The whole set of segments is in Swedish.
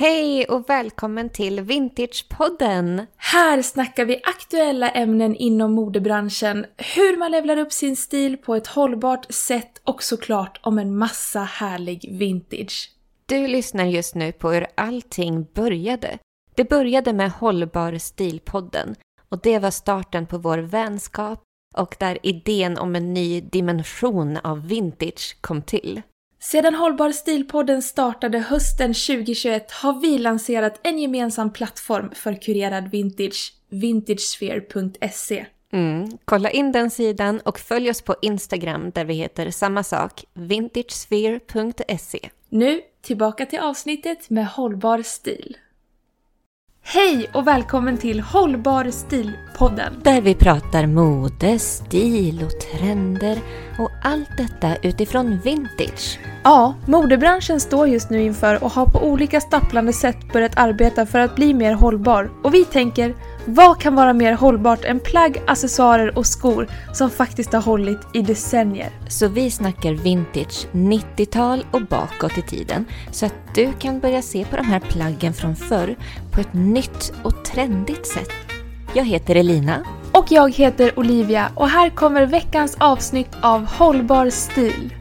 Hej och välkommen till Vintagepodden! Här snackar vi aktuella ämnen inom modebranschen, hur man levlar upp sin stil på ett hållbart sätt och såklart om en massa härlig vintage. Du lyssnar just nu på hur allting började. Det började med Hållbar stilpodden och det var starten på vår vänskap och där idén om en ny dimension av vintage kom till. Sedan Hållbar stilpodden startade hösten 2021 har vi lanserat en gemensam plattform för kurerad vintage, vintagesphere.se. Kolla in den sidan och följ oss på Instagram där vi heter samma sak, vintagesphere.se. Nu tillbaka till avsnittet med hållbar stil. Hej och välkommen till Hållbar stilpodden. Där vi pratar mode, stil och trender och allt detta utifrån vintage. Ja, modebranschen står just nu inför och har på olika stapplande sätt börjat arbeta för att bli mer hållbar. Och vi tänker, vad kan vara mer hållbart än plagg, accessoarer och skor som faktiskt har hållit i decennier? Så vi snackar vintage 90-tal och bakåt i tiden så att du kan börja se på de här plaggen från förr på ett nytt och trendigt sätt. Jag heter Elina. Och jag heter Olivia och här kommer veckans avsnitt av Hållbar stil.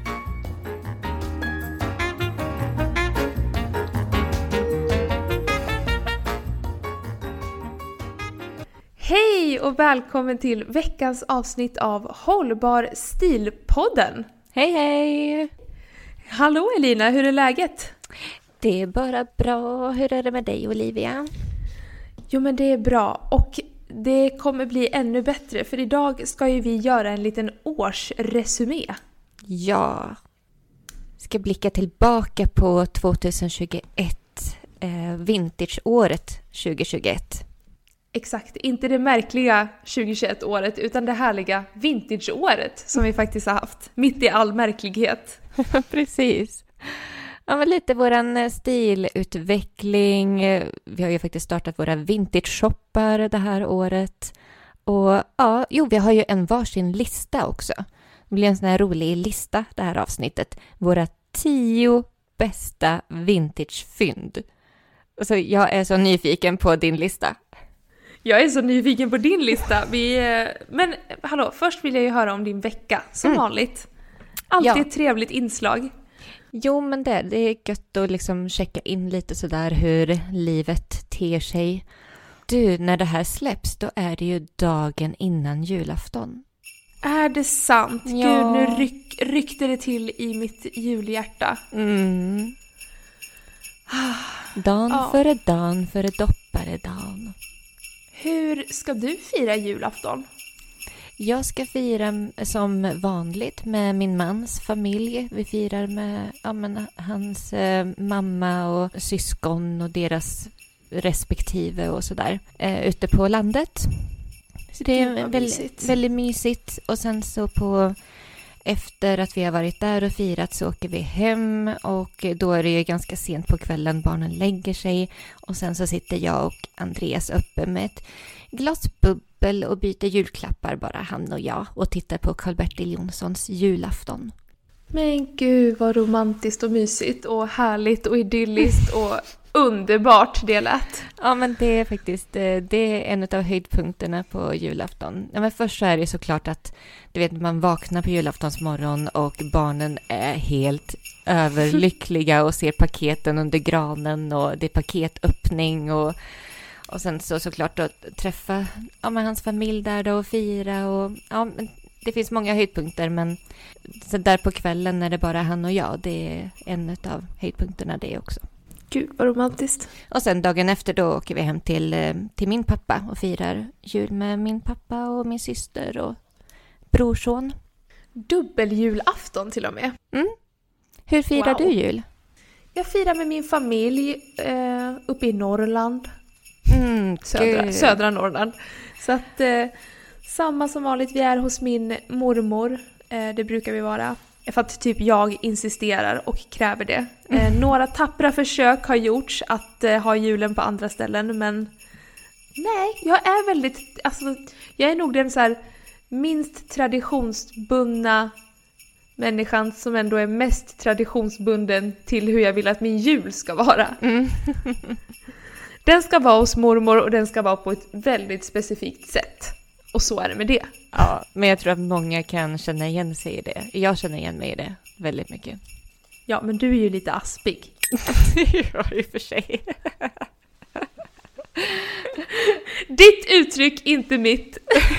Hej och välkommen till veckans avsnitt av Hållbar stilpodden. Hej hej! Hallå Elina, hur är läget? Det är bara bra. Hur är det med dig Olivia? Jo men det är bra och det kommer bli ännu bättre för idag ska ju vi göra en liten årsresumé. Ja, ska blicka tillbaka på 2021, vintageåret 2021. Exakt, inte det märkliga 2021-året utan det härliga vintageåret som vi faktiskt har haft, mitt i all märklighet. Precis. Ja, men lite våran stilutveckling. Vi har ju faktiskt startat våra vintage-shoppar det här året. Och ja, vi har ju en varsin lista också. Det blir en sån här rolig lista det här avsnittet. Våra 10 bästa vintage-fynd. Så jag är så nyfiken på din lista. Jag är så nyfiken på din lista. Men hallå, först vill jag ju höra om din vecka, som vanligt. Alltid ett trevligt inslag. Jo, men det är gött att liksom checka in lite sådär hur livet ter sig. Du, när det här släpps, då är det ju dagen innan julafton. Är det sant? Ja. Gud, nu ryckte det till i mitt julhjärta. Dan före dopparedan. Hur ska du fira julafton? Jag ska fira som vanligt med min mans familj. Vi firar med hans mamma och syskon och deras respektive och sådär. Ute på landet. Så det är väldigt mysigt. Och sen så efter att vi har varit där och firat så åker vi hem och då är det ju ganska sent på kvällen, barnen lägger sig och sen så sitter jag och Andreas uppe med ett glas bubbel och byter julklappar bara han och jag och tittar på Karl-Bertil Jonssons julafton. Men gud vad romantiskt och mysigt och härligt och idylliskt och underbart det lät. Ja, men det är faktiskt det är en av höjdpunkterna på julafton. Ja, men först så är det såklart att du vet, man vaknar på julaftonsmorgon och barnen är helt överlyckliga och ser paketen under granen och det är paketöppning och sen såklart då träffa hans familj där då och fira och det finns många höjdpunkter, men så där på kvällen när det bara är han och jag, det är en av höjdpunkterna det också. Gud vad romantiskt. Och sen dagen efter då åker vi hem till min pappa och firar jul med min pappa och min syster och brorson. Dubbeljulafton till och med. Hur firar du jul? Jag firar med min familj uppe i Norrland. Södra Norrland. Så att samma som vanligt, vi är hos min mormor. Det brukar vi vara. För att typ jag insisterar och kräver det. Några tappra försök har gjorts att ha julen på andra ställen. Men nej, jag är nog den så här minst traditionsbundna människan som ändå är mest traditionsbunden till hur jag vill att min jul ska vara. Den ska vara hos mormor och den ska vara på ett väldigt specifikt sätt. Och så är det med det. Ja, men jag tror att många kan känna igen sig i det. Jag känner igen mig i det väldigt mycket. Ja, men du är ju lite aspig. Ja, i och för sig. Ditt uttryck, inte mitt.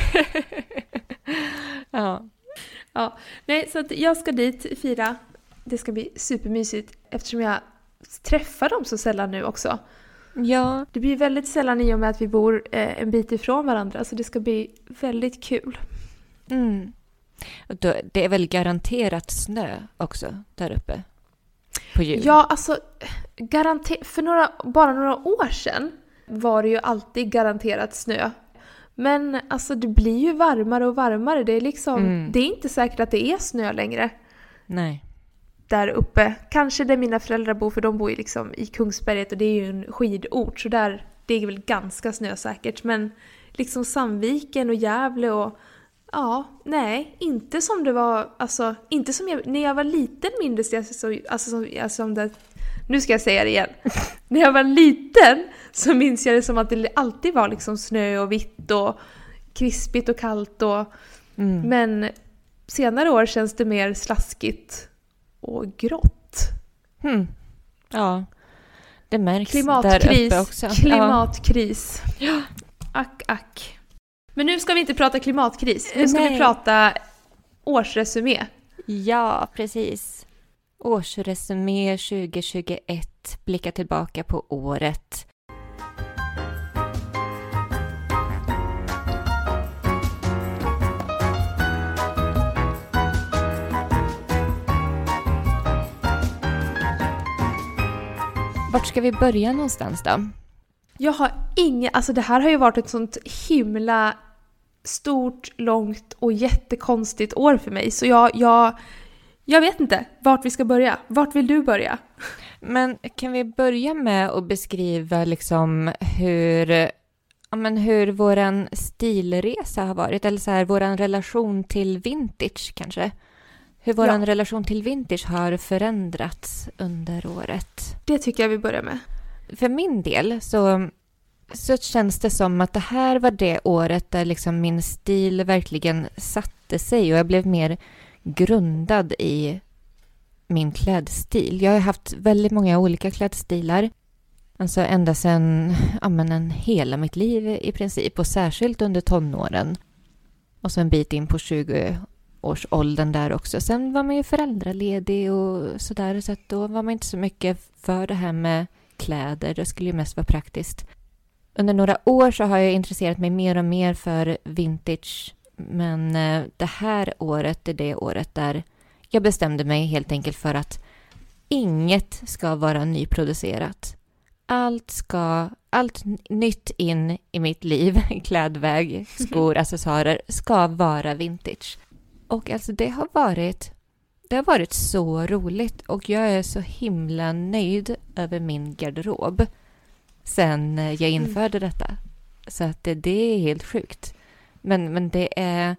Ja. Ja, nej, så att jag ska dit fira. Det ska bli supermysigt eftersom jag träffar dem så sällan nu också. Ja. Det blir väldigt sällan i och med att vi bor en bit ifrån varandra, så det ska bli väldigt kul. Och då, det är väl garanterat snö också där uppe på jul? Ja, alltså för bara några år sedan var det ju alltid garanterat snö. Men alltså det blir ju varmare och varmare. Det är liksom, det är inte säkert att det är snö längre. Nej. Där uppe. Kanske där mina föräldrar bor, för de bor ju liksom i Kungsberget och det är ju en skidort. Så där, det är väl ganska snösäkert. Men liksom Sandviken och Gävle och ja, nej, inte som det var, alltså inte som jag, när jag var liten minns jag som det, nu ska jag säga det igen. När jag var liten så minns jag det som att det alltid var liksom snö och vitt och krispigt och kallt och men senare år känns det mer slaskigt och grått. Ja, det märks klimatkris, där uppe också. Klimatkris. Ja. Ack. Men nu ska vi inte prata klimatkris. Nu ska vi prata årsresumé. Ja, precis. Årsresumé 2021. Blicka tillbaka på året. Vart ska vi börja någonstans då? Jag har alltså det här har ju varit ett sånt himla stort, långt och jättekonstigt år för mig. Så jag vet inte vart vi ska börja. Vart vill du börja? Men kan vi börja med att beskriva liksom hur våran stilresa har varit? Eller så här, våran relation till vintage kanske? Hur våran relation till vintage har förändrats under året. Det tycker jag vi börjar med. För min del så känns det som att det här var det året där liksom min stil verkligen satte sig och jag blev mer grundad i min klädstil. Jag har haft väldigt många olika klädstilar. Alltså ända sedan hela mitt liv i princip och särskilt under tonåren. Och så en bit in på 20-årsåldern där också. Sen var man ju föräldraledig och sådär, så att då var man inte så mycket för det här med kläder. Det skulle ju mest vara praktiskt. Under några år så har jag intresserat mig mer och mer för vintage. Men det här året är det året där jag bestämde mig helt enkelt för att inget ska vara nyproducerat. Allt nytt in i mitt liv, klädväg, skor, accessoarer, ska vara vintage. Och alltså det har varit så roligt och jag är så himla nöjd över min garderob sen jag införde detta. Så att det är helt sjukt. Men det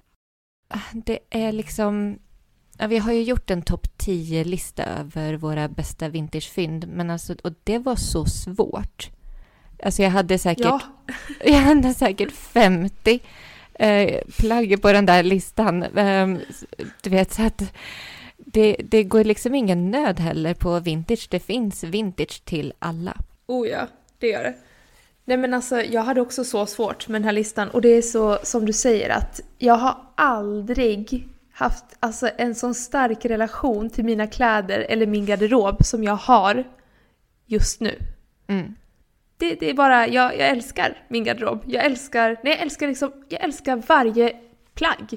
är liksom... Ja, vi har ju gjort en topp 10-lista över våra bästa vintagefynd, men alltså, och det var så svårt. Alltså jag hade säkert 50 plagg på den där listan. Du vet, så att det går liksom ingen nöd heller på vintage. Det finns vintage till alla. Oh ja, det gör det. Nej men alltså, jag hade också så svårt med den här listan. Och det är så som du säger att jag har aldrig haft alltså, en sån stark relation till mina kläder eller min garderob som jag har just nu. Det är bara, jag älskar min garderob. Jag älskar varje plagg.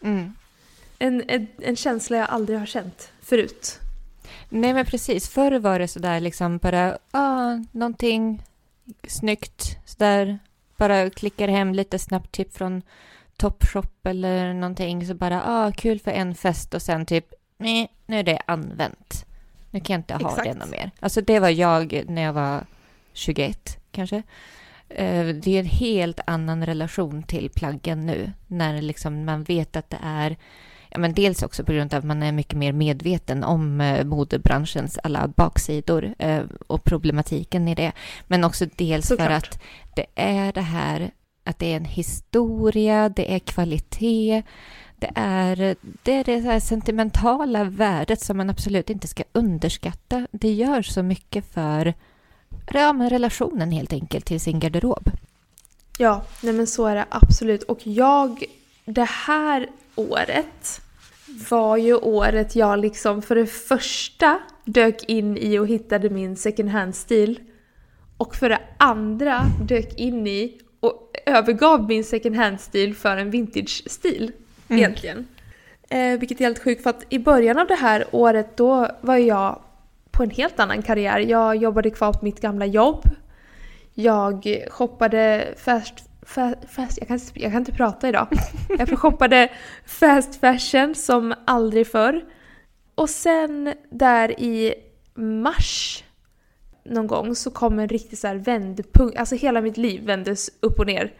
En känsla jag aldrig har känt förut. Nej men precis, förr var det sådär liksom bara någonting snyggt sådär, bara klickar hem lite snabbt typ från Topshop eller någonting, så bara kul för en fest och sen typ nej, nu är det använt. Nu kan jag inte ha det något mer. Alltså det var jag när jag var 21 kanske. Det är en helt annan relation till plaggen nu när liksom man vet att det är Ja, men dels också på grund av att man är mycket mer medveten om modebranschens alla baksidor och problematiken i det. Men också dels för att det är det här, att det är en historia, det är kvalitet, det är det här sentimentala värdet som man absolut inte ska underskatta. Det gör så mycket för relationen helt enkelt till sin garderob. Ja, nej men så är det absolut. Och det här året var ju året jag liksom för det första dök in i och hittade min second hand-stil. Och för det andra dök in i och övergav min second hand-stil för en vintage-stil egentligen. Vilket är helt sjukt, för att i början av det här året då var jag på en helt annan karriär. Jag jobbade kvar på mitt gamla jobb. Jag shoppade jag kan inte prata idag. Jag shoppade fast fashion som aldrig förr. Och sen där i mars någon gång så kom en riktig så här vändpunkt. Alltså hela mitt liv vändes upp och ner.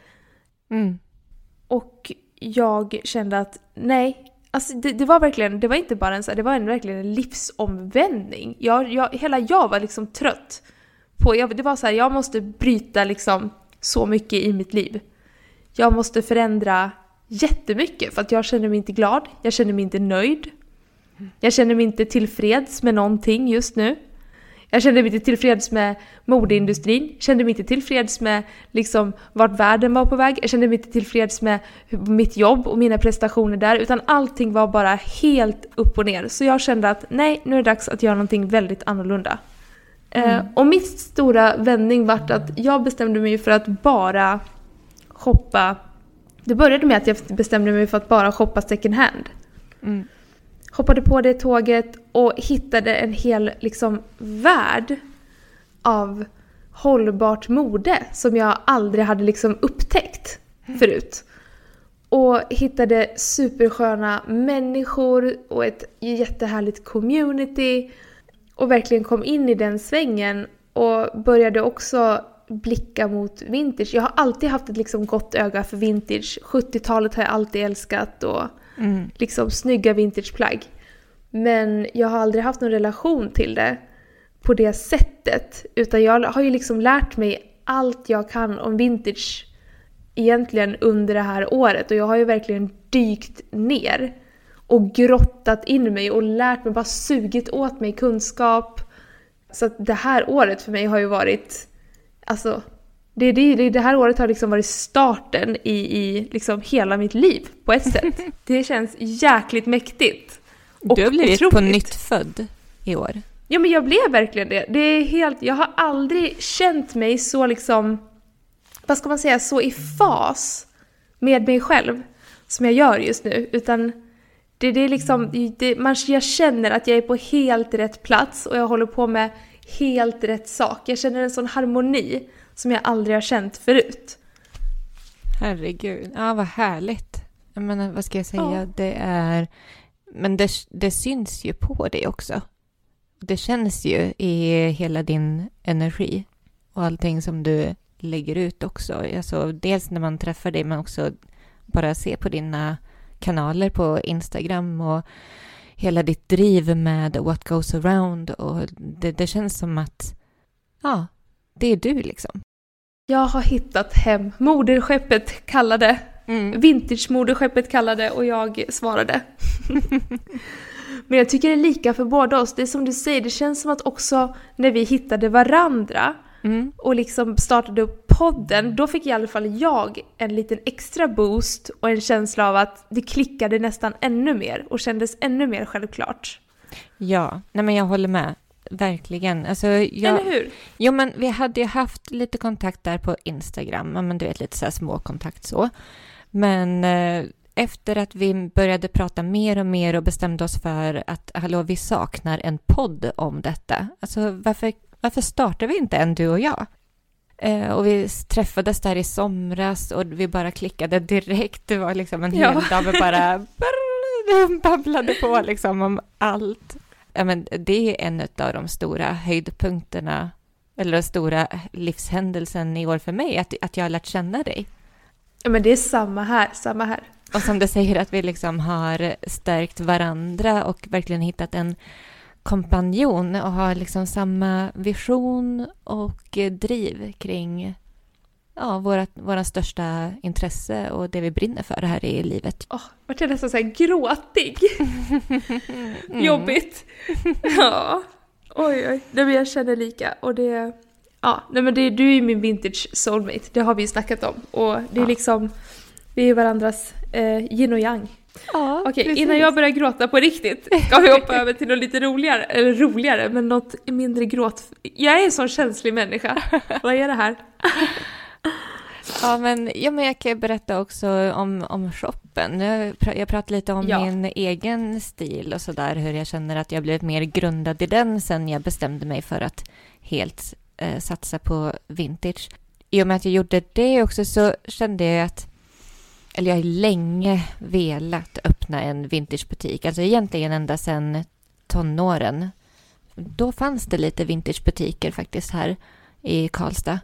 Och jag kände att nej, alltså det var verkligen, det var inte bara verkligen en livsomvändning. Jag var liksom trött på, det var så här, jag måste bryta liksom så mycket i mitt liv. Jag måste förändra jättemycket för att jag känner mig inte glad, jag känner mig inte nöjd. Jag känner mig inte tillfreds med någonting just nu. Jag kände mig inte tillfreds med modeindustrin. Jag kände mig inte tillfreds med liksom vart världen var på väg. Jag kände mig inte tillfreds med mitt jobb och mina prestationer där. Utan allting var bara helt upp och ner. Så jag kände att nej, nu är det dags att göra någonting väldigt annorlunda. Och mitt stora vändning var att jag bestämde mig för att bara shoppa. Det började med att jag bestämde mig för att bara shoppa second hand. Hoppade på det tåget och hittade en hel liksom värld av hållbart mode som jag aldrig hade liksom upptäckt förut. Och hittade supersköna människor och ett jättehärligt community och verkligen kom in i den svängen och började också blicka mot vintage. Jag har alltid haft ett liksom gott öga för vintage. 70-talet har jag alltid älskat och liksom snygga vintageplagg. Men jag har aldrig haft någon relation till det på det sättet. Utan jag har ju liksom lärt mig allt jag kan om vintage egentligen under det här året. Och jag har ju verkligen dykt ner och grottat in mig och lärt mig, bara sugit åt mig kunskap. Så att det här året för mig har ju varit, alltså det här året har liksom varit starten i liksom hela mitt liv på ett sätt. Det känns jäkligt mäktigt. Du har blivit på nytt född i år. Ja, men jag blev verkligen det. Det är helt, jag har aldrig känt mig så liksom, vad ska man säga, så i fas med mig själv som jag gör just nu. Utan det är liksom, jag känner att jag är på helt rätt plats och jag håller på med helt rätt sak. Jag känner en sån harmoni som jag aldrig har känt förut. Herregud, ja vad härligt. Jag menar, vad ska jag säga? Ja. Det är, men det syns ju på dig också. Det känns ju i hela din energi och allting som du lägger ut också. Alltså, dels när man träffar dig, men också bara se på dina kanaler på Instagram och hela ditt driv med what goes around. Och det känns som att ja, det är du liksom. Jag har hittat hem. Moderskeppet kallade. Vintage-moderskeppet kallade och jag svarade. Men jag tycker det är lika för båda oss. Det är som du säger, det känns som att också när vi hittade varandra och liksom startade upp podden, då fick i alla fall jag en liten extra boost och en känsla av att det klickade nästan ännu mer och kändes ännu mer självklart. Ja, nej men jag håller med. Verkligen. Alltså, eller hur? Jo, men vi hade ju haft lite kontakt där på Instagram. Men du vet, lite så här små kontakt så. Men efter att vi började prata mer och mer och bestämde oss för att vi saknar en podd om detta. Alltså varför startar vi inte en, du och jag? Och vi träffades där i somras och vi bara klickade direkt. Det var liksom en hel dag vi bara babblade på liksom om allt. Ja, men det är en av de stora höjdpunkterna eller den stora livshändelsen i år för mig, att jag har lärt känna dig. Ja, men det är samma här. Och som du säger att vi liksom har stärkt varandra och verkligen hittat en kompanjon och har liksom samma vision och driv kring våra största intresse och det vi brinner för här i livet. Vart jag nästan så här gråtig. Jobbigt. Ja. Oj. Nej, men jag känner lika. Och det... Ja, nej, men du är ju min vintage soulmate. Det har vi ju snackat om. Och det är liksom... Vi är varandras yin och yang. Ja, okej, innan jag börjar gråta på riktigt ska vi hoppa över till något lite roligare, men något mindre gråt. Jag är en sån känslig människa. Vad är det här? Ja, men jag kan berätta också om shoppen. Jag pratar lite om min egen stil och sådär, hur jag känner att jag blivit mer grundad i den sen jag bestämde mig för att helt satsa på vintage. I och med att jag gjorde det också så kände jag att jag har länge velat öppna en vintagebutik. Alltså egentligen ända sedan tonåren. Då fanns det lite vintagebutiker faktiskt här i Karlstad.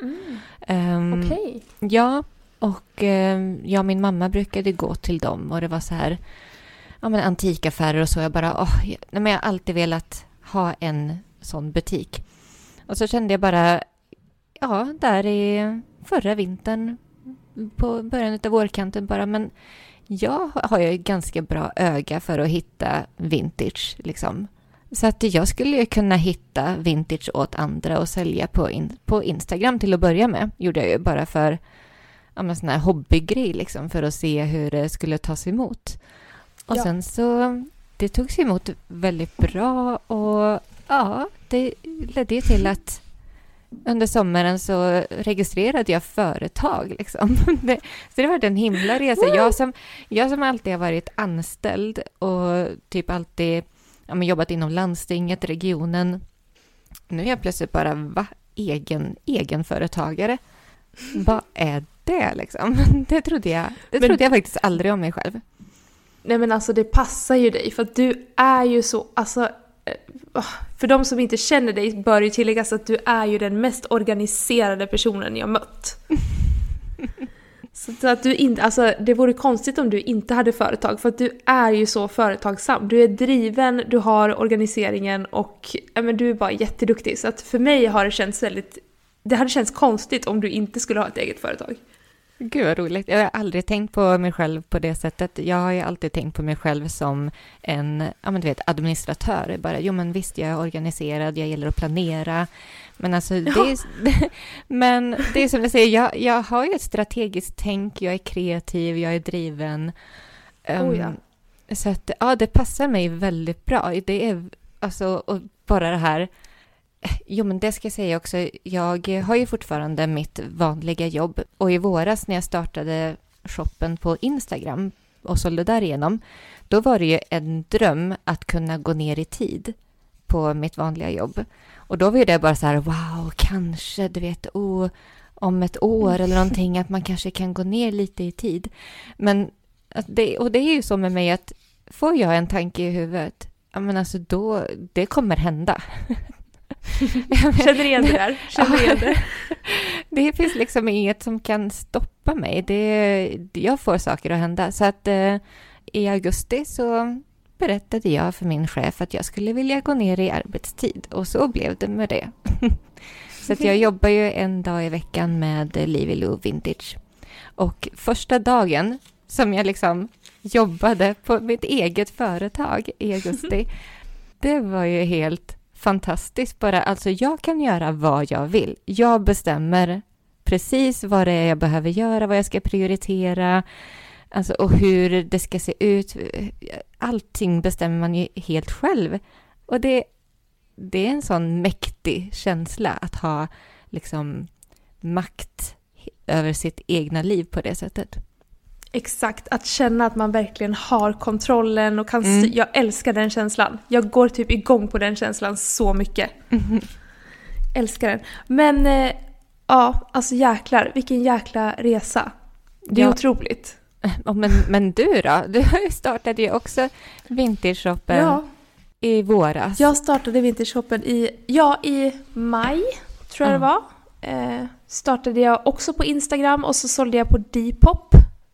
Okej. Ja, och min mamma brukade gå till dem och det var så här antikaffärer och så. Jag bara, jag har alltid velat ha en sån butik. Och så kände jag bara, där i förra vintern på början av vårkanten bara, men jag har ju ganska bra öga för att hitta vintage liksom. Så att jag skulle ju kunna hitta vintage åt andra och sälja på Instagram till att börja med. Gjorde jag ju bara för sån här hobbygrej liksom, för att se hur det skulle tas emot. Och sen så det togs emot väldigt bra och det ledde till att under sommaren så registrerade jag företag liksom. Så det var en himla resa. Jag som alltid har varit anställd och typ alltid jobbat inom landstinget, regionen. Nu är jag plötsligt bara egen företagare. Vad är det liksom? Det trodde jag faktiskt aldrig om mig själv. Nej, men alltså det passar ju dig för att du är ju så, alltså för de som inte känner dig bör ju tilläggas att du är ju den mest organiserade personen jag mött. Så att du inte, alltså det vore konstigt om du inte hade företag, för att du är ju så företagsam. Du är driven, du har organiseringen och men du är bara jätteduktig. Så att för mig har det hade känts konstigt om du inte skulle ha ett eget företag. Gud vad roligt. Jag har aldrig tänkt på mig själv på det sättet. Jag har ju alltid tänkt på mig själv som en administratör. Bara, men visst, jag är organiserad, jag gillar att planera. Men alltså, men det är som jag säger, jag har ju ett strategiskt tänk, jag är kreativ, jag är driven. Så att, det passar mig väldigt bra. Det är alltså, och bara det här. Men det ska jag säga också. Jag har ju fortfarande mitt vanliga jobb. Och i våras när jag startade shoppen på Instagram och sålde därigenom, då var det ju en dröm att kunna gå ner i tid på mitt vanliga jobb. Och då var det bara så här, wow, kanske, du vet, om ett år eller någonting, att man kanske kan gå ner lite i tid. Men det är ju så med mig att får jag en tanke i huvudet, alltså då, det kommer hända. Känner igen det där. Det finns liksom inget som kan stoppa mig. Jag får saker att hända. Så att i augusti så berättade jag för min chef att jag skulle vilja gå ner i arbetstid. Och så blev det med det. Så att jag jobbar ju en dag i veckan med Livy Lou Vintage. Och första dagen som jag liksom jobbade på mitt eget företag i augusti, det var ju helt fantastiskt bara. Alltså jag kan göra vad jag vill. Jag bestämmer precis vad det är jag behöver göra, vad jag ska prioritera, alltså, och hur det ska se ut. Allting bestämmer man ju helt själv. Och det är en sån mäktig känsla att ha liksom makt över sitt egna liv på det sättet. Exakt, att känna att man verkligen har kontrollen och kan jag älskar den känslan. Jag går typ igång på den känslan så mycket. Älskar den. Men alltså jäklar, vilken jäkla resa. Det är otroligt. Men du då? Du startade ju också vintage-shoppen i våras. Jag startade vintage-shoppen i maj, tror jag det var. Startade jag också på Instagram och så sålde jag på Depop.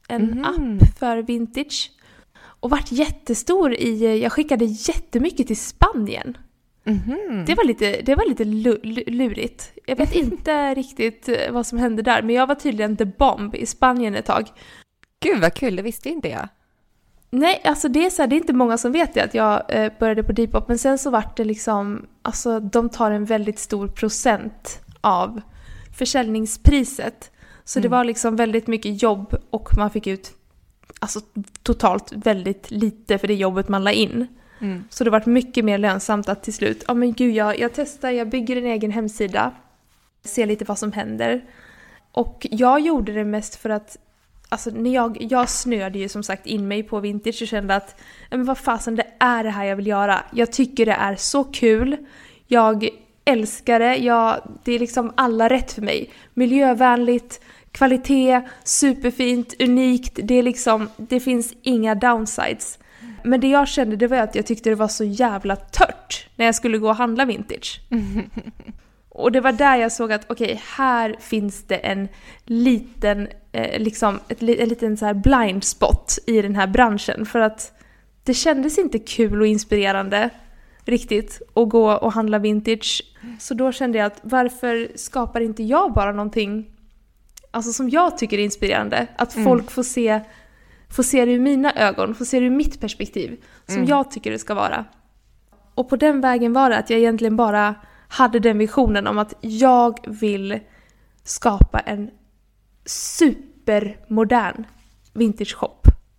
en app för vintage. Och vart jättestor jag skickade jättemycket till Spanien. Det var lite lurigt. Jag vet inte riktigt vad som hände där. Men jag var tydligen the bomb i Spanien ett tag. Gud vad kul, det visste inte jag. Nej, alltså det är inte många som vet det, att jag började på Depop. Men sen så vart det liksom, alltså de tar en väldigt stor procent av försäljningspriset. Så det var liksom väldigt mycket jobb och man fick ut alltså totalt väldigt lite för det jobbet man la in. Så det var mycket mer lönsamt att till slut, men gud, jag testar, jag bygger en egen hemsida, ser lite vad som händer. Och jag gjorde det mest för att, alltså när jag snöade ju som sagt in mig på vintage och kände att, men vad fasen, det är det här jag vill göra. Jag tycker det är så kul. Jag älskar det. Det är liksom alla rätt för mig. Miljövänligt, kvalitet, superfint, unikt. Det är liksom, det finns inga downsides. Men det jag kände, det var att jag tyckte det var så jävla tört när jag skulle gå och handla vintage. Och det var där jag såg att okej, här finns det en liten en liten så här blind spot i den här branschen, för att det kändes inte kul och inspirerande riktigt att gå och handla vintage. Så då kände jag att varför skapar inte jag bara någonting alltså som jag tycker är inspirerande, att folk får se det ur mina ögon, får se det ur mitt perspektiv som jag tycker det ska vara. Och på den vägen var det att jag egentligen bara hade den visionen om att jag vill skapa en supermodern vintage shop.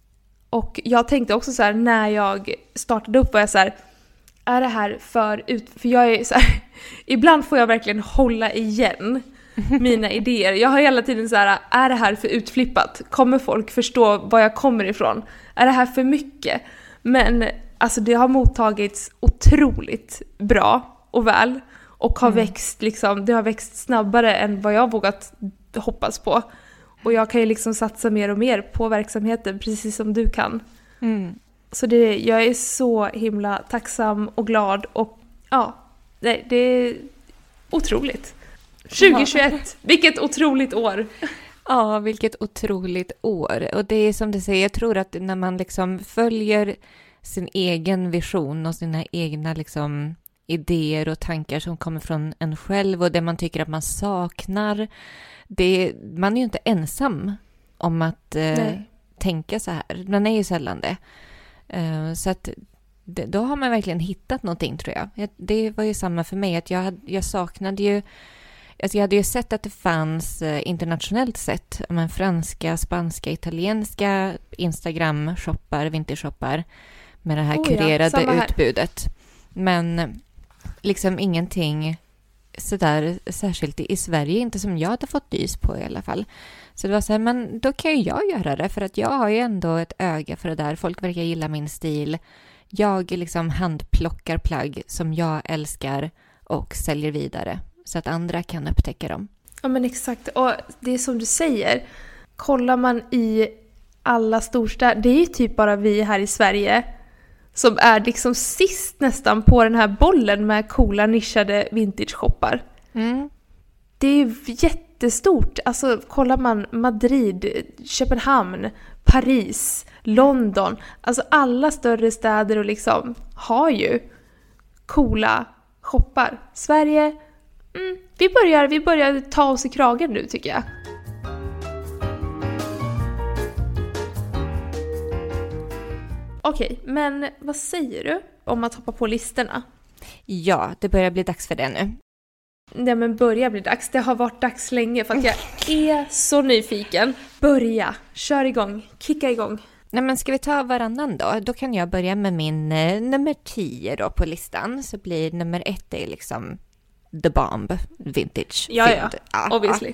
Och jag tänkte också så här, när jag startade upp var jag så här, är det här för jag är så här, ibland får jag verkligen hålla igen mina idéer. Jag har hela tiden så här, är det här för utflippat? Kommer folk förstå var jag kommer ifrån? Är det här för mycket? Men alltså det har mottagits otroligt bra och väl. Och har växt liksom, det har växt snabbare än vad jag vågat hoppas på. Och jag kan ju liksom satsa mer och mer på verksamheten, precis som du kan. Så jag är så himla tacksam och glad. Och ja, det är otroligt. 2021, vilket otroligt år! Ja, vilket otroligt år. Och det är som du säger, jag tror att när man liksom följer sin egen vision och sina egna liksom idéer och tankar som kommer från en själv och det man tycker att man saknar, man är ju inte ensam om att tänka så här. Man är ju sällan det. Så att då har man verkligen hittat någonting, tror jag. Det var ju samma för mig, att jag saknade ju. Alltså jag hade ju sett att det fanns internationellt sett, franska, spanska, italienska Instagram-shoppar, vintage-shoppar med det här kurerade utbudet. Men liksom ingenting sådär särskilt i Sverige, inte som jag hade fått nys på i alla fall. Så det var så här, men då kan ju jag göra det, för att jag har ju ändå ett öga för det där. Folk verkar gilla min stil. Jag liksom handplockar plagg som jag älskar och säljer vidare, så att andra kan upptäcka dem. Ja, men exakt. Och det är som du säger. Kollar man i alla storstäder, det är ju typ bara vi här i Sverige som är liksom sist nästan på den här bollen med coola nischade vintage-shoppar. Det är ju jättestort. Alltså kollar man Madrid, Köpenhamn, Paris, London. Alltså alla större städer och liksom har ju coola shoppar. Sverige, vi börjar ta oss i kragen nu, tycker jag. Okej, men vad säger du om att hoppa på listorna? Ja, det börjar bli dags för det nu. Nej, men börjar bli dags. Det har varit dags länge för att jag är så nyfiken. Kör igång, kicka igång. Nej, men ska vi ta varannan då? Då kan jag börja med min nummer 10 då på listan. Så blir nummer 1 det är liksom The Bomb, vintage. Ja, obviously.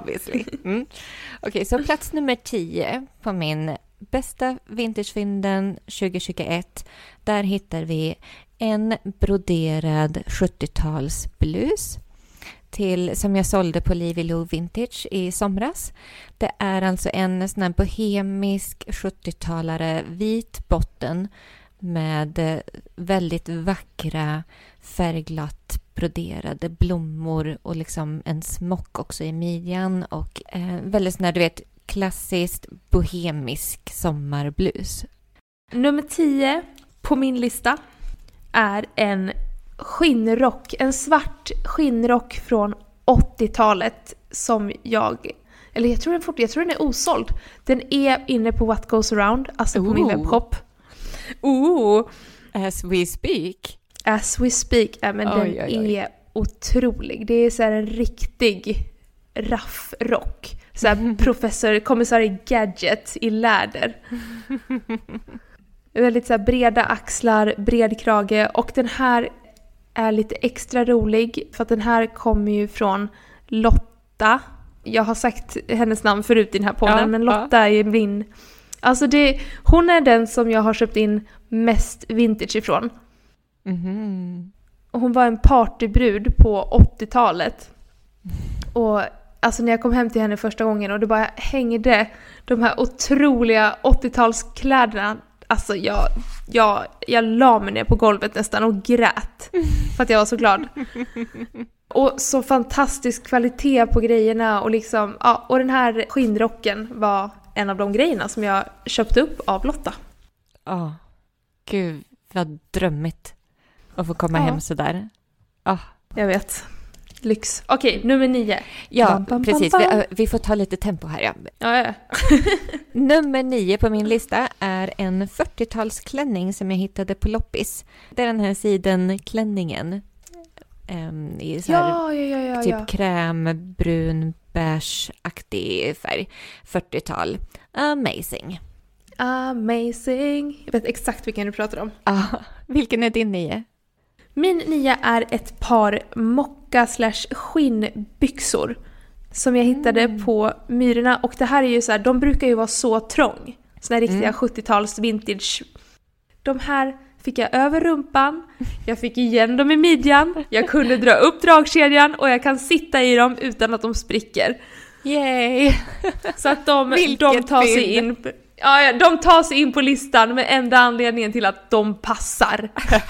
Okej, så plats nummer 10 på min bästa vintagefynden 2021. Där hittar vi en broderad 70-tals blus som jag sålde på Livy Lou Vintage i somras. Det är alltså en sån här bohemisk 70-talare, vit botten med väldigt vackra färgglatt broderade blommor och liksom en smock också i midjan och väldigt sån här, du vet, klassiskt bohemisk sommarblus. Nummer 10 på min lista är en skinnrock. En svart skinnrock från 80-talet som jag tror den är osåld. Den är inne på What Goes Around, alltså på min webbshop. As we speak. As we speak. Men den är otrolig. Det är så här en riktig raffrock. Så här kommissarie Gadget i läder. Väldigt så här breda axlar, bred krage. Och den här är lite extra rolig för att den här kommer ju från Lotta. Jag har sagt hennes namn förut i den här podden, men Lotta är min... Alltså hon är den som jag har köpt in mest vintage ifrån. Mm-hmm. Hon var en partybrud på 80-talet. Och alltså när jag kom hem till henne första gången och det bara hängde de här otroliga 80-talskläderna. Alltså jag la mig ner på golvet nästan och grät för att jag var så glad. Och så fantastisk kvalitet på grejerna och liksom, och den här skinnrocken var en av de grejerna som jag köpte upp av Lotta. Gud, vad drömmigt att få komma hem så där. Jag vet. Lyx. Okej, nummer 9. Ja, precis. Vi får ta lite tempo här. Ja. Nummer 9 på min lista är en 40-talsklänning som jag hittade på loppis. Det är den här sidenklänningen. I så här, typ kräm, brun, beige-aktig färg. 40-tal. Amazing. Jag vet exakt vilken du pratar om. Vilken är din 9? Min 9 är ett par mocka/skinnbyxor som jag hittade på Myrorna. Och det här är ju så här, de brukar ju vara så trång. Såna här riktiga 70-tals vintage. De här fick jag över rumpan, jag fick igen dem i midjan, jag kunde dra upp dragkedjan och jag kan sitta i dem utan att de spricker. Yay! Så att de tar sig in... Ja, de tar sig in på listan med enda anledningen till att de passar.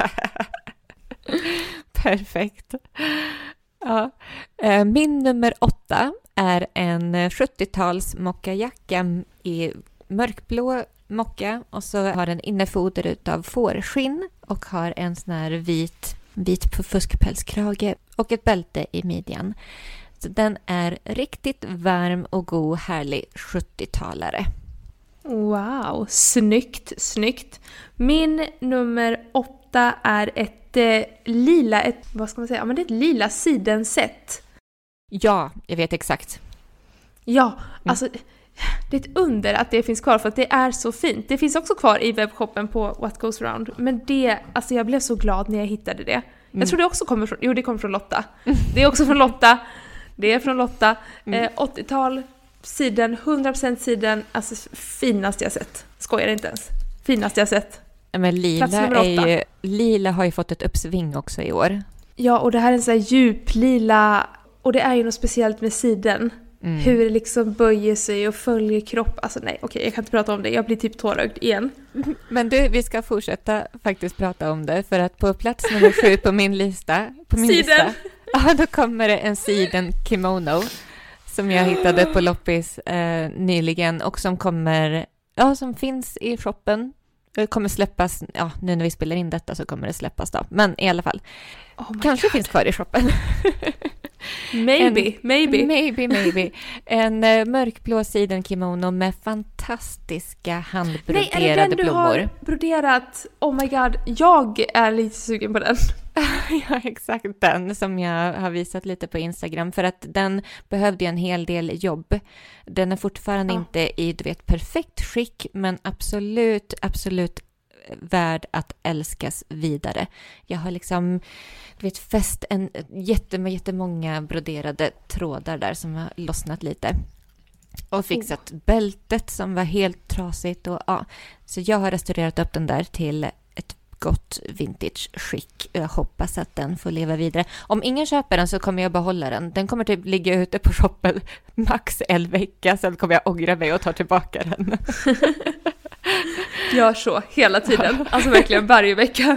Perfekt. Ja. Min nummer 8 är en 70-tals mockajacka i mörkblå mocka och så har den innefoder utav fårskinn och har en sån här vit fuskpälskrage och ett bälte i midjan. Så den är riktigt varm och god, härlig 70-talare. Wow, snyggt. Min nummer 8 är ett lila, vad ska man säga? Ja, men det är ett lila sidenset. Ja, jag vet exakt. Ja, alltså det är ett under att det finns kvar för att det är så fint. Det finns också kvar i webbshoppen på What Goes Around. Men alltså jag blev så glad när jag hittade det. Jag tror det också kommer från, det kommer från Lotta. Det är också från Lotta. Det är från Lotta. 80-tal, siden, 100% siden, alltså finaste jag sett. Skojar inte ens. Finaste jag sett. Men lila har ju fått ett uppsving också i år. Ja, och det här är en sån här djuplila, och det är ju något speciellt med siden. Hur det liksom böjer sig och följer kropp. Alltså nej, okej, jag kan inte prata om det. Jag blir typ tårögd igen. Men du, vi ska fortsätta faktiskt prata om det. För att på plats nummer 7 på min lista. Då kommer det en siden kimono. Som jag hittade på loppis nyligen. Och som som finns i shoppen. Det kommer släppas, nu när vi spelar in detta så kommer det släppas då. Men i alla fall, kanske finns kvar i shoppen. Maybe. En mörkblå sidenkimono med fantastiska handbroderade blommor. Nej, är det den du har broderat? Oh my god, jag är lite sugen på den. Ja, exakt den som jag har visat lite på Instagram. För att den behövde en hel del jobb. Den är fortfarande inte i perfekt skick, men absolut värd att älskas vidare. Jag har liksom fäst jättemånga broderade trådar där som har lossnat lite. Och fixat bältet som var helt trasigt. Så jag har restaurerat upp den där till ett gott vintage-skick. Jag hoppas att den får leva vidare. Om ingen köper den så kommer jag behålla den. Den kommer typ ligga ute på shoppen max en vecka. Sen kommer jag ångra mig och ta tillbaka den. Gör så hela tiden. Alltså verkligen varje vecka.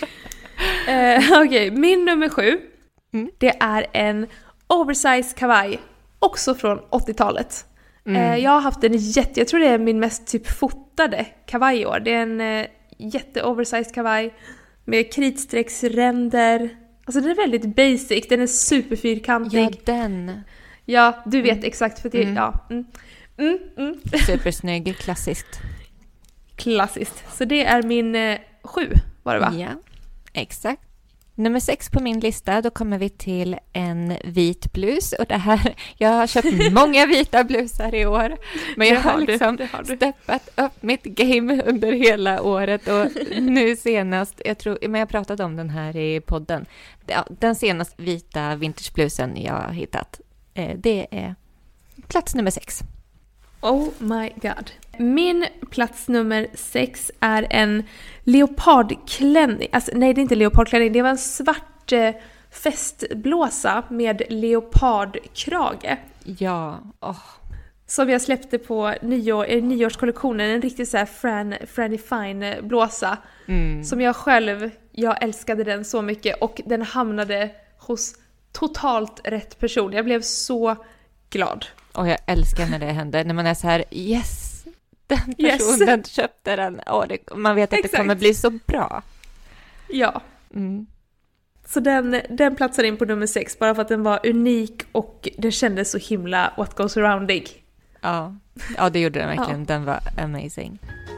Okej, min nummer 7. Det är en oversized kavaj. Också från 80-talet. Jag har haft jag tror det är min mest typ fotade kavaj i år. Det är en jätte-oversized kavaj med kritstrecksränder. Alltså den är väldigt basic, den är superfyrkantig. Ja, den. Ja, du vet exakt för det, Supersnygg, klassiskt. Klassiskt. Så det är min 7, var det va? Ja, exakt. Nummer 6 på min lista, då kommer vi till en vit blus. Och det här, jag har köpt många vita blusar i år. Men jag har liksom steppat upp mitt game under hela året. Och nu senast, jag har pratat om den här i podden. Den senaste vita vintageblusen jag har hittat, det är plats nummer 6. Oh my god. Min plats nummer 6 är en leopardklänning. Alltså, nej, det är inte leopardklänning. Det var en svart festblåsa med leopardkrage. Ja. Som jag släppte på nyårskollektionen. En riktigt så här Franny Fine blåsa. Som jag älskade den så mycket. Och den hamnade hos totalt rätt person. Jag blev så glad. Och jag älskar när det händer. När man är så här, yes, den personen köpte den. Man vet att det kommer bli så bra. Ja. Så den platsade in på nummer 6 bara för att den var unik och den kändes så himla what goes around-ig. Ja, det gjorde den verkligen. Den var amazing.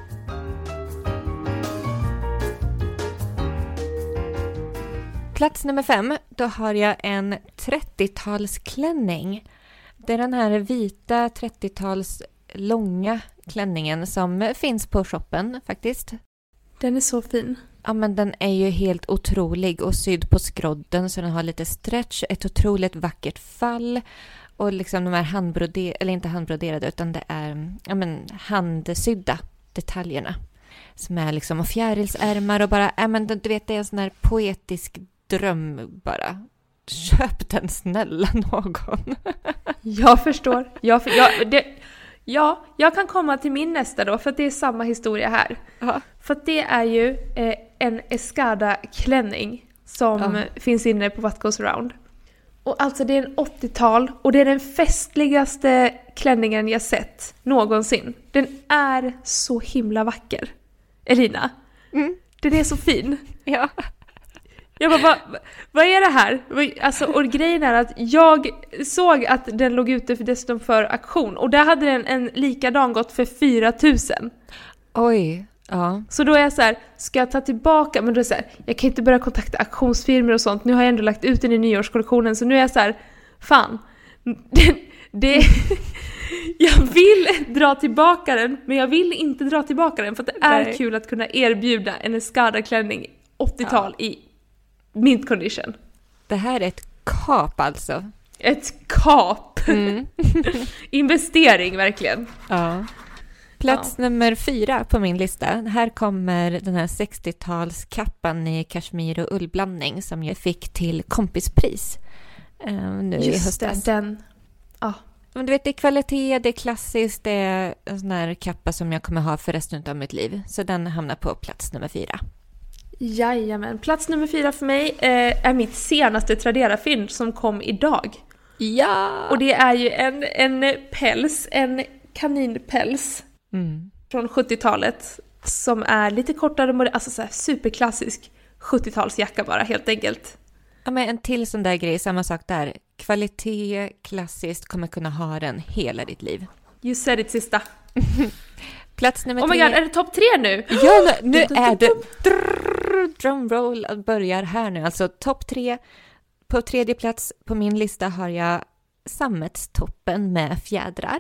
Plats nummer 5, då har jag en 30-talsklänning. Det är den här vita 30-tals långa klänningen som finns på shoppen faktiskt. Den är så fin. Ja, men den är ju helt otrolig och sydd på skrodden så den har lite stretch, ett otroligt vackert fall och liksom de här eller inte handbroderade utan det är handsydda detaljerna som är liksom och fjärilsärmar och bara, du vet det är en sån här poetisk dröm bara. Köp den snälla någon. Jag förstår. Jag kan komma till min nästa då för att det är samma historia här. För att det är ju en Escada-klänning som finns inne på What Goes Around. Och alltså det är en 80-tal och det är den festligaste klänningen jag sett någonsin. Den är så himla vacker. Elina, den är så fin. Ja. Jag bara, vad är det här? Alltså, och grejen är att jag såg att den låg ute dessutom för auktion. Och där hade den en likadan gått för 4 000. Oj, ja. Så då är jag så här, ska jag ta tillbaka? Men då är det så här, jag kan inte börja kontakta auktionsfirmor och sånt. Nu har jag ändå lagt ut den i nyårskollektionen. Så nu är jag så här, fan. Jag vill dra tillbaka den, men jag vill inte dra tillbaka den. För att det är kul att kunna erbjuda en Escada-klänning 80-tal i mint condition. Det här är ett kap alltså. Ett kap. Investering verkligen. Ja. Plats nummer 4 på min lista. Här kommer den här 60-talskappan i kashmir och ullblandning som jag fick till kompispris nu i höstas. Den. Ja. Men du vet, det är kvalitet, det är klassiskt, det är en sån här kappa som jag kommer ha för resten av mitt liv. Så den hamnar på plats nummer 4. Jajamän. Plats nummer 4 för mig är mitt senaste Tradera-fynd som kom idag. Ja! Och det är ju en päls, en kaninpäls från 70-talet som är lite kortare, alltså så här superklassisk 70-talsjacka bara, helt enkelt. Ja, men en till sån där grej, samma sak där. Kvalitet, klassiskt, kommer kunna ha den hela ditt liv. You said it, sista. Plats nummer 3. Oh my god, är det topp 3 nu? Ja, nu är det drumroll börjar här nu. Alltså topp 3. På 3:e plats på min lista har jag sammetstoppen med fjädrar.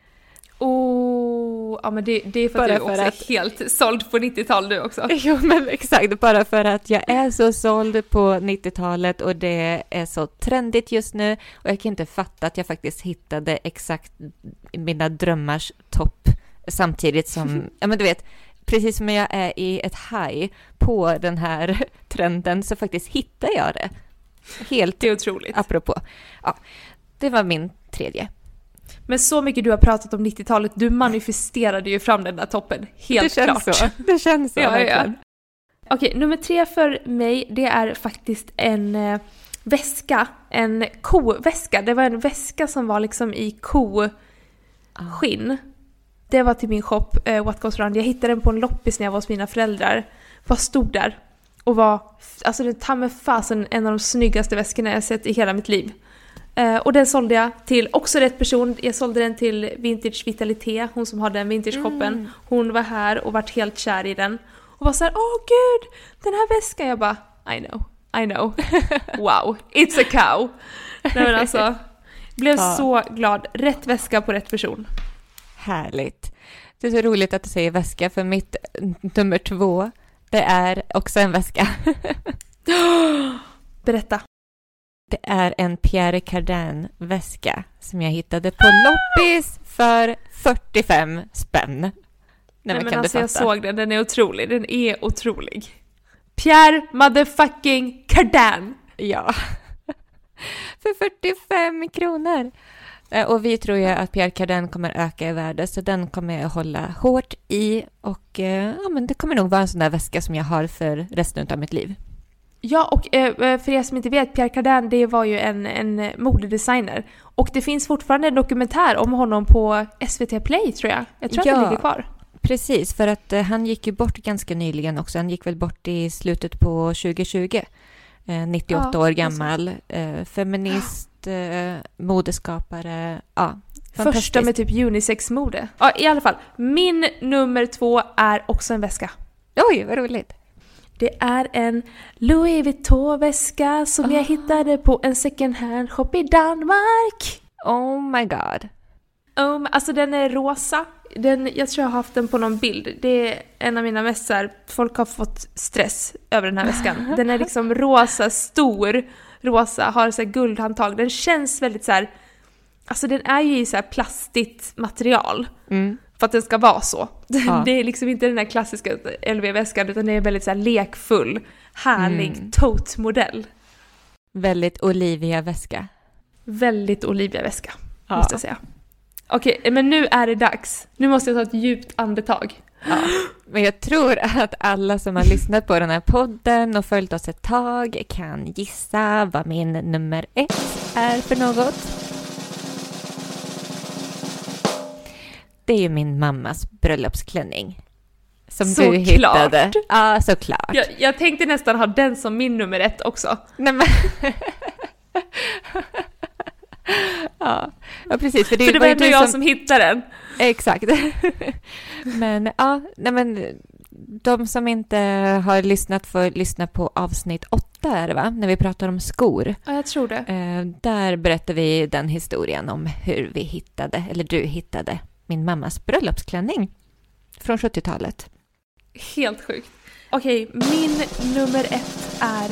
Ja, men det är för att du också är helt såld på 90-tal nu också. Jo, men exakt. Bara för att jag är så såld på 90-talet och det är så trendigt just nu. Och jag kan inte fatta att jag faktiskt hittade exakt mina drömmars topp samtidigt som, ja men du vet, precis som jag är i ett high på den här trenden så faktiskt hittar jag det. Helt det är otroligt. Apropå. Ja, det var min 3:e. Men så mycket du har pratat om 90-talet, du manifesterade ju fram den där toppen. Helt klart. Det känns så. Ja. Okej, nummer 3 för mig, det är faktiskt en väska. En koväska. Det var en väska som var liksom i skinn. Det var till min shop, What Goes Around. Jag hittade den på en loppis när jag var hos mina föräldrar. Bara stod där och var, alltså det tar med fasen en av de snyggaste väskorna jag sett i hela mitt liv. Och den sålde jag till också rätt person. Jag sålde den till Vintage Vitalité, hon som hade den vintage-shoppen. Hon var här och vart helt kär i den. Och var så här, åh gud, den här väskan. Jag bara, I know. Wow, it's a cow. Nej, men alltså, blev så glad. Rätt väska på rätt person. Härligt. Det är så roligt att du säger väska, för mitt nummer 2, det är också en väska. Berätta. Det är en Pierre Cardin-väska som jag hittade på loppis för 45 spänn. Nej, men alltså jag såg den är otrolig. Den är otrolig. Pierre motherfucking Cardin. Ja. För 45 kronor. Och vi tror ju att Pierre Cardin kommer öka i värde, så den kommer jag hålla hårt i. Och men det kommer nog vara en sån där väska som jag har för resten av mitt liv. Ja, och för er som inte vet, Pierre Cardin, det var ju en modedesigner. Och det finns fortfarande en dokumentär om honom på SVT Play, tror jag. Jag tror att den ligger kvar. Precis, för att han gick ju bort ganska nyligen också. Han gick väl bort i slutet på 2020. 98 år gammal. Feminist, modeskapare. Ja, första med typ unisex-mode. Ja, i alla fall. Min nummer 2 är också en väska. Oj, vad roligt. Det är en Louis Vuitton-väska som jag hittade på en second hand shop i Danmark. Oh my god. Alltså den är rosa. Jag tror jag har haft den på någon bild. Det är en av mina mest så här, folk har fått stress över den här väskan. Den är liksom rosa, stor, rosa, har så här guldhandtag. Den känns väldigt så här, alltså den är ju i så här plastigt material. För att den ska vara så. Ja. Det är liksom inte den här klassiska LV-väskan, utan det är väldigt så här lekfull, härlig tote-modell. Väldigt Olivia-väska. Väldigt Olivia-väska, måste jag säga. Okej, men nu är det dags. Nu måste jag ta ett djupt andetag. Ja. Men jag tror att alla som har lyssnat på den här podden och följt oss ett tag kan gissa vad min nummer 1 är för något. Det är ju min mammas bröllopsklänning. Som så du hittade. Ja, såklart. Jag tänkte nästan ha den som min nummer 1 också. Nej, men... ja, precis. För det var ändå jag som hittade den. Exakt. Men ja, nej, men de som inte har lyssnat får lyssna på avsnitt 8 är det, va? När vi pratar om skor. Ja, jag tror det. Där berättar vi den historien om hur vi hittade, eller du hittade, min mammas bröllopsklänning från 70-talet. Helt sjukt. Okej, min nummer 1 är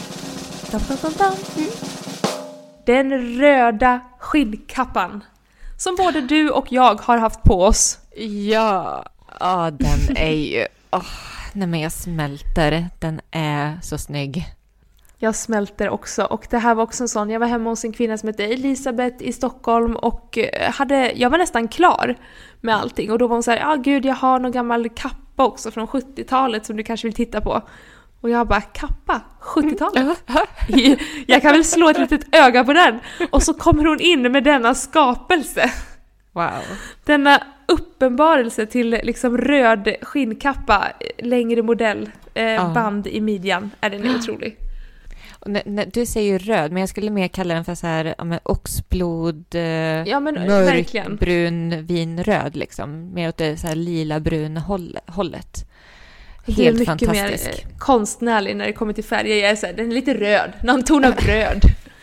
den röda skinnkappan som både du och jag har haft på oss. Ja, den är ju... nej, men jag smälter. Den är så snygg. Jag smälter också. Och det här var också en sån. Jag var hemma hos en kvinna som hette Elisabeth i Stockholm. Och jag var nästan klar med allting. Och då var hon så här, gud, jag har någon gammal kappa också från 70-talet som du kanske vill titta på. Och jag bara, kappa? 70-talet? Jag kan väl slå ett litet öga på den. Och så kommer hon in med denna skapelse. Wow. Denna uppenbarelse till liksom röd skinnkappa, längre modell, band i midjan. Är den otrolig. Och du säger ju röd, men jag skulle mer kalla den för så här oxblod, mörkbrun, vinröd liksom. Mer åt det så här lila-brun hållet. Helt fantastisk. Det är mycket mer konstnärlig när det kommer till färger. Jag är så här, den är lite röd. Någon ton av röd.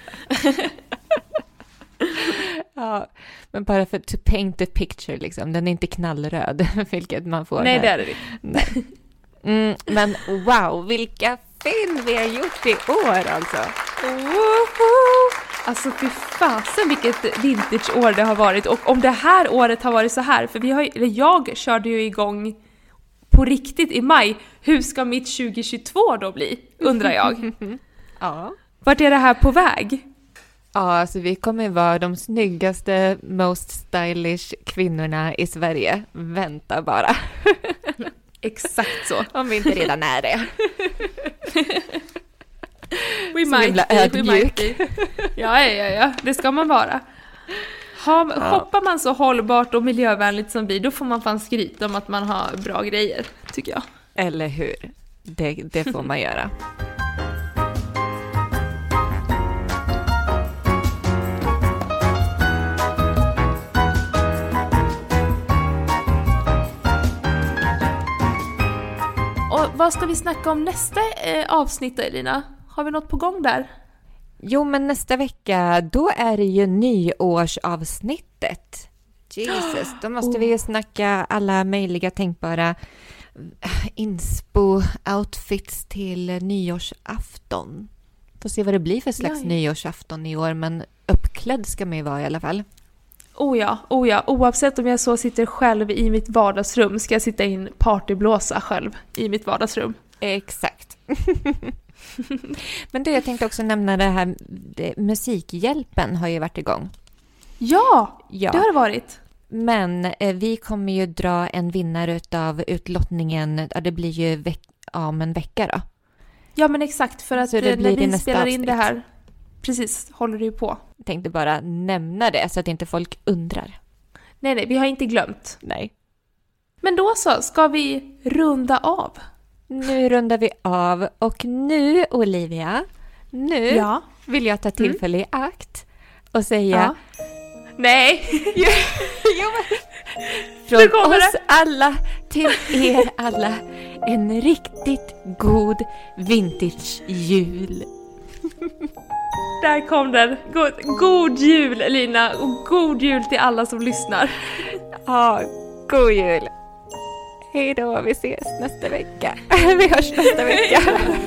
Ja, men bara för to paint the picture liksom. Den är inte knallröd, vilket man får. Nej, det är det inte. Nej. Men wow, vilka fynd vi har gjort i år alltså. Alltså fy fasen vilket vintageår det har varit. Och om det här året har varit så här, för jag körde ju igång på riktigt i maj. Hur ska mitt 2022 då bli? Undrar jag. Ja. Vart är det här på väg? Ja, alltså vi kommer vara de snyggaste, most stylish kvinnorna i Sverige. Vänta bara. Exakt så. Om vi inte redan är det. We might be. Ja. Det ska man vara. Shoppar man så hållbart och miljövänligt som vi, då får man fan skryta om att man har bra grejer, tycker jag. Eller hur? Det får man göra. Och vad ska vi snacka om nästa avsnitt då, Elina? Har vi något på gång där? Jo, men nästa vecka, då är det ju nyårsavsnittet. Jesus, då måste vi ju snacka alla möjliga tänkbara inspo-outfits till nyårsafton. Får se vad det blir för slags nyårsafton i år, men uppklädd ska man ju vara i alla fall. Oh ja. Oavsett om jag så sitter själv i mitt vardagsrum ska jag sitta in partyblåsa själv i mitt vardagsrum. Exakt. Men du, jag tänkte också nämna det här, Musikhjälpen har ju varit igång. Ja, det har det varit. Men vi kommer ju dra en vinnare av utlottningen, det blir ju om en vecka då. Ja, men exakt, för att när vi spelar in avsnitt. Det här, precis, håller det ju på. Jag tänkte bara nämna det så att inte folk undrar. Nej, vi har inte glömt. Nej. Men då så, ska vi runda av? Nu rundar vi av och nu, Olivia, vill jag ta tillfälle i akt och säga... Nej! Från oss alla till er alla, en riktigt god vintage-jul. Där kom den. God jul, Lina, och god jul till alla som lyssnar. Ja, god jul. Hej då, vi ses nästa vecka. Vi hörs nästa vecka.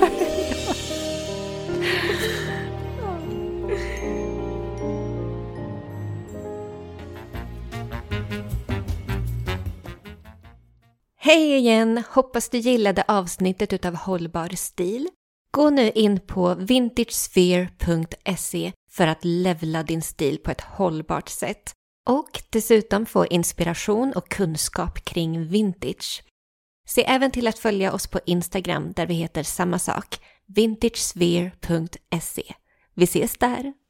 Hej igen, hoppas du gillade avsnittet utav Hållbar stil. Gå nu in på vintagesphere.se för att levla din stil på ett hållbart sätt. Och dessutom få inspiration och kunskap kring vintage. Se även till att följa oss på Instagram där vi heter samma sak, vintagesphere.se. Vi ses där!